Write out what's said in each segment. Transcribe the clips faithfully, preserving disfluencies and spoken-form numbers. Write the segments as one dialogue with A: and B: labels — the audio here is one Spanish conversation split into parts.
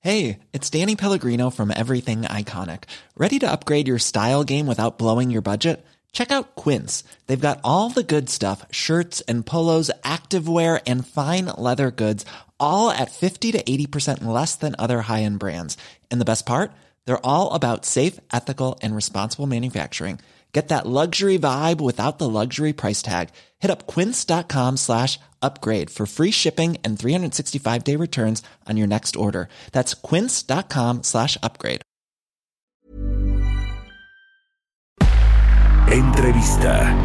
A: Hey, it's Danny Pellegrino from Everything Iconic. Ready to upgrade your style game without blowing your budget? Check out Quince. They've got all the good stuff, shirts and polos, activewear, and fine leather goods, all at fifty to eighty percent less than other high-end brands. And the best part? They're all about safe, ethical, and responsible manufacturing. Get that luxury vibe without the luxury price tag. Hit up quince.com slash upgrade for free shipping and three sixty-five day returns on your next order. That's quince.com slash upgrade.
B: Entrevista.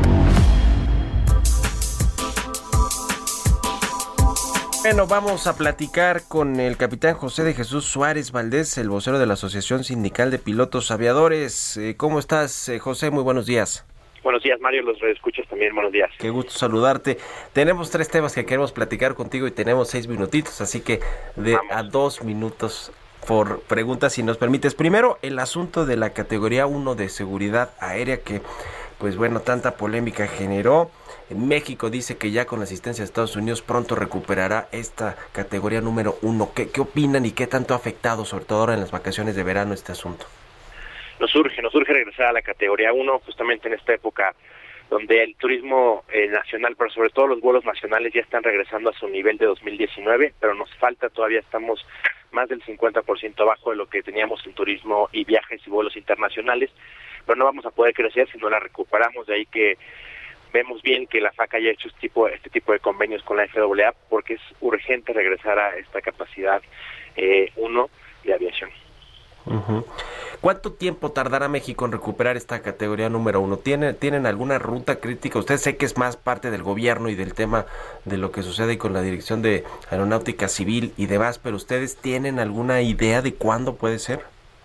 C: Bueno, vamos a platicar con el capitán José de Jesús Suárez Valdés, el vocero de la Asociación Sindical de Pilotos Aviadores. Eh, ¿Cómo estás, eh, José? Muy buenos días.
D: Buenos días, Mario, los escuchas también, buenos días.
C: Qué gusto saludarte. Tenemos tres temas que queremos platicar contigo y tenemos seis minutitos, así que de Vamos. a dos minutos por preguntas, si nos permites. Primero, el asunto de la categoría uno de seguridad aérea que, pues bueno, tanta polémica generó. México dice que ya con la asistencia de Estados Unidos pronto recuperará esta categoría número uno. ¿Qué, qué opinan y qué tanto ha afectado, sobre todo ahora en las vacaciones de verano, este asunto?
D: Nos urge, nos urge regresar a la categoría uno, justamente en esta época donde el turismo eh, nacional, pero sobre todo los vuelos nacionales ya están regresando a su nivel de dos mil diecinueve, pero nos falta, todavía estamos más del cincuenta por ciento abajo de lo que teníamos en turismo y viajes y vuelos internacionales, pero no vamos a poder crecer si no la recuperamos. De ahí que vemos bien que la FAC haya hecho este tipo, este tipo de convenios con la F A A, porque es urgente regresar a esta capacidad eh, uno de aviación.
C: Uh-huh. ¿Cuánto tiempo tardará México en recuperar esta categoría número uno? ¿Tienen, ¿Tienen alguna ruta crítica? Usted sé que es más parte del gobierno y del tema de lo que sucede con la Dirección de Aeronáutica Civil y demás, pero ¿ustedes tienen alguna idea de cuándo puede ser?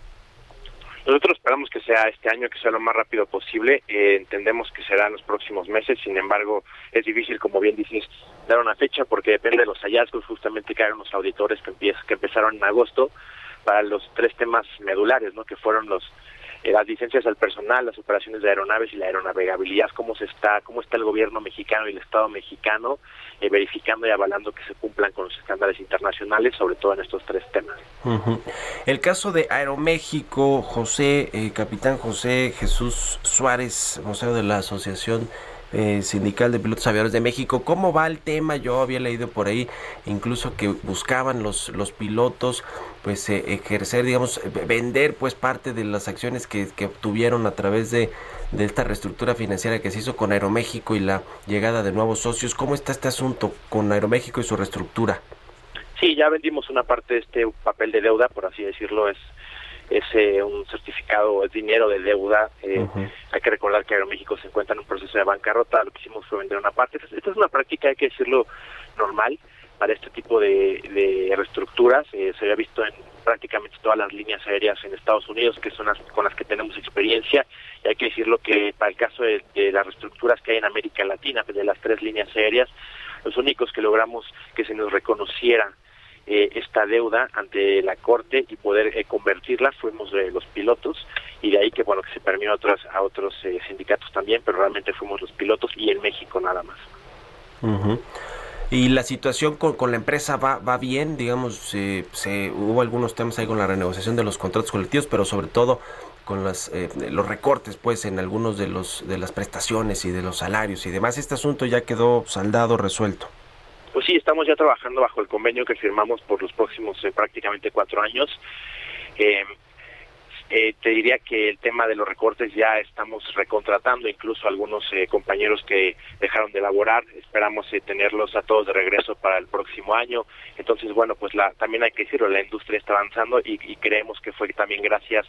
D: Nosotros esperamos que sea este año, que sea lo más rápido posible. Eh, entendemos que será en los próximos meses. Sin embargo, es difícil, como bien dices, dar una fecha porque depende de los hallazgos justamente que hagan los auditores que, empiez, que empezaron en agosto para los tres temas medulares, ¿no? Que fueron los eh, las licencias al personal, las operaciones de aeronaves y la aeronavegabilidad. Cómo se está, cómo está el gobierno mexicano y el Estado mexicano eh, verificando y avalando que se cumplan con los estándares internacionales, sobre todo en estos tres temas.
C: Uh-huh. El caso de Aeroméxico, José, eh, capitán José Jesús Suárez, vocero de la Asociación eh, Sindical de Pilotos Aviadores de México, ¿cómo va el tema? Yo había leído por ahí incluso que buscaban los los pilotos pues eh, ejercer, digamos, vender pues parte de las acciones que, que obtuvieron a través de, de esta reestructura financiera que se hizo con Aeroméxico y la llegada de nuevos socios. ¿Cómo está este asunto con Aeroméxico y su reestructura?
D: Sí, ya vendimos una parte de este papel de deuda, por así decirlo, es es eh, un certificado, es dinero de deuda. Eh, uh-huh. Hay que recordar que Aeroméxico se encuentra en un proceso de bancarrota. Lo que hicimos fue vender una parte. Esta es una práctica, hay que decirlo, normal para este tipo de, de reestructuras. Eh, se había visto en prácticamente todas las líneas aéreas en Estados Unidos, que son las con las que tenemos experiencia, y hay que decirlo que para el caso de, de las reestructuras que hay en América Latina, de las tres líneas aéreas, los únicos que logramos que se nos reconociera eh, esta deuda ante la Corte y poder eh, convertirla fuimos eh, los pilotos, y de ahí que bueno que se permitió a otros, a otros eh, sindicatos también, pero realmente fuimos los pilotos y en México nada más.
C: Uh-huh. ¿Y la situación con, con la empresa va va bien? Digamos, eh, se hubo algunos temas ahí con la renegociación de los contratos colectivos, pero sobre todo con las eh, los recortes pues en algunos de los de las prestaciones y de los salarios y demás. ¿Este asunto ya quedó saldado, resuelto?
D: Pues sí, estamos ya trabajando bajo el convenio que firmamos por los próximos eh, prácticamente cuatro años. Eh, Eh, te diría que el tema de los recortes ya estamos recontratando incluso algunos eh, compañeros que dejaron de laborar, esperamos eh, tenerlos a todos de regreso para el próximo año. Entonces, bueno, pues la, también hay que decirlo, la industria está avanzando y, y creemos que fue también gracias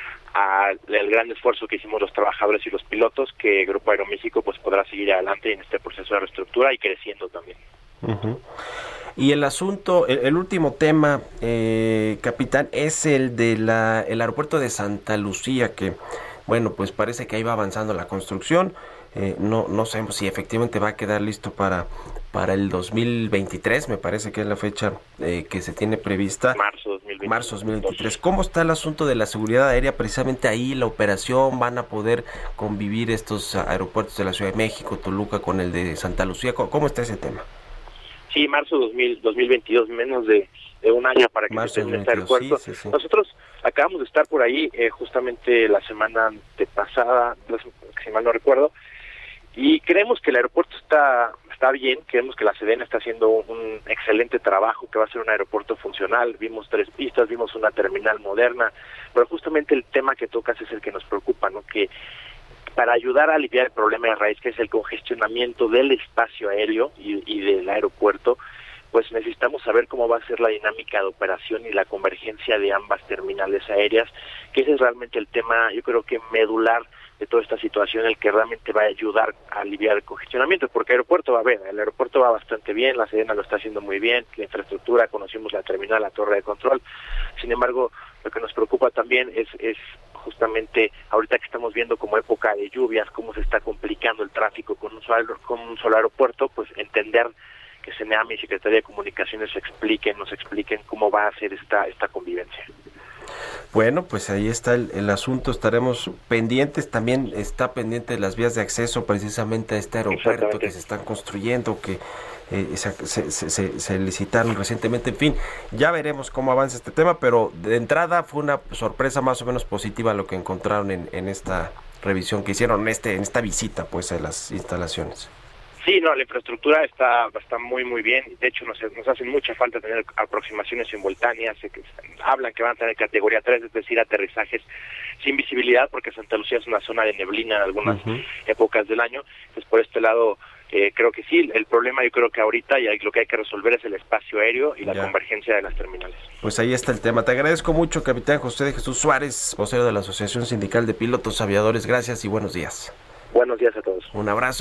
D: al gran esfuerzo que hicimos los trabajadores y los pilotos que Grupo Aeroméxico pues podrá seguir adelante en este proceso de reestructura y creciendo también.
C: Uh-huh. Y el asunto, el, el último tema, eh, capitán, es el de la el aeropuerto de Santa Lucía, que, bueno, pues parece que ahí va avanzando la construcción. Eh, no no sabemos si efectivamente va a quedar listo para para el dos mil veintitrés, me parece que es la fecha eh, que se tiene prevista.
D: Marzo dos mil veintitrés.
C: Marzo dos mil veintitrés. ¿Cómo está el asunto de la seguridad aérea precisamente ahí, la operación? ¿Van a poder convivir estos aeropuertos de la Ciudad de México, Toluca, con el de Santa Lucía? ¿Cómo, cómo está ese tema?
D: Sí, marzo dos mil, dos mil veintidós, menos de de un año para que
C: Marzo
D: se termine este aeropuerto.
C: Sí, sí, sí.
D: Nosotros acabamos de estar por ahí eh, justamente la semana antepasada, si mal no recuerdo, y creemos que el aeropuerto está está bien, creemos que la Sedena está haciendo un excelente trabajo, que va a ser un aeropuerto funcional. Vimos tres pistas, vimos una terminal moderna, pero justamente el tema que tocas es el que nos preocupa, ¿no? Que para ayudar a aliviar el problema de raíz, que es el congestionamiento del espacio aéreo y, y del aeropuerto, pues necesitamos saber cómo va a ser la dinámica de operación y la convergencia de ambas terminales aéreas, que ese es realmente el tema, yo creo que medular de toda esta situación, el que realmente va a ayudar a aliviar el congestionamiento, porque el aeropuerto va a ver, el aeropuerto va bastante bien, la Sedena lo está haciendo muy bien, la infraestructura, conocimos la terminal, la torre de control. Sin embargo, lo que nos preocupa también es, es justamente ahorita que estamos viendo como época de lluvias, cómo se está complicando el tráfico con un solo, con un solo aeropuerto, pues entender que CENEAM y Secretaría de Comunicaciones expliquen, nos expliquen cómo va a ser esta, esta convivencia.
C: Bueno, pues ahí está el, el asunto, estaremos pendientes, también está pendiente de las vías de acceso precisamente a este aeropuerto que se están construyendo, que eh, se, se, se, se licitaron recientemente, en fin, ya veremos cómo avanza este tema, pero de entrada fue una sorpresa más o menos positiva lo que encontraron en, en esta revisión que hicieron, en, este, en esta visita pues a las instalaciones.
D: Sí, no, la infraestructura está está muy, muy bien. De hecho, nos, nos hacen mucha falta tener aproximaciones simultáneas. Que hablan que van a tener categoría tres, es decir, aterrizajes sin visibilidad, porque Santa Lucía es una zona de neblina en algunas uh-huh. épocas del año. Entonces, por este lado, eh, creo que sí. El problema, yo creo que ahorita y lo que hay que resolver es el espacio aéreo y la ya. convergencia de las terminales.
C: Pues ahí está el tema. Te agradezco mucho, capitán José de Jesús Suárez, vocero de la Asociación Sindical de Pilotos Aviadores. Gracias y buenos días.
D: Buenos días a todos.
C: Un abrazo.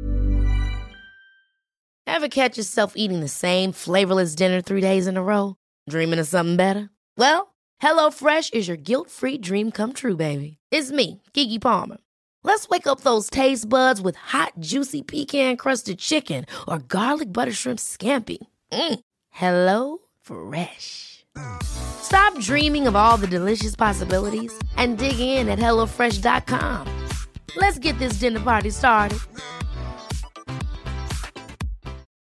B: Ever catch yourself eating the same flavorless dinner three days in a row? Dreaming of something better? Well, HelloFresh is your guilt-free dream come true, baby. It's me, Keke Palmer. Let's wake up those taste buds with hot, juicy pecan-crusted chicken or garlic butter shrimp scampi. Mm. Hello Fresh. Stop dreaming of all the delicious possibilities and dig in at hello fresh dot com. Let's get this dinner party started.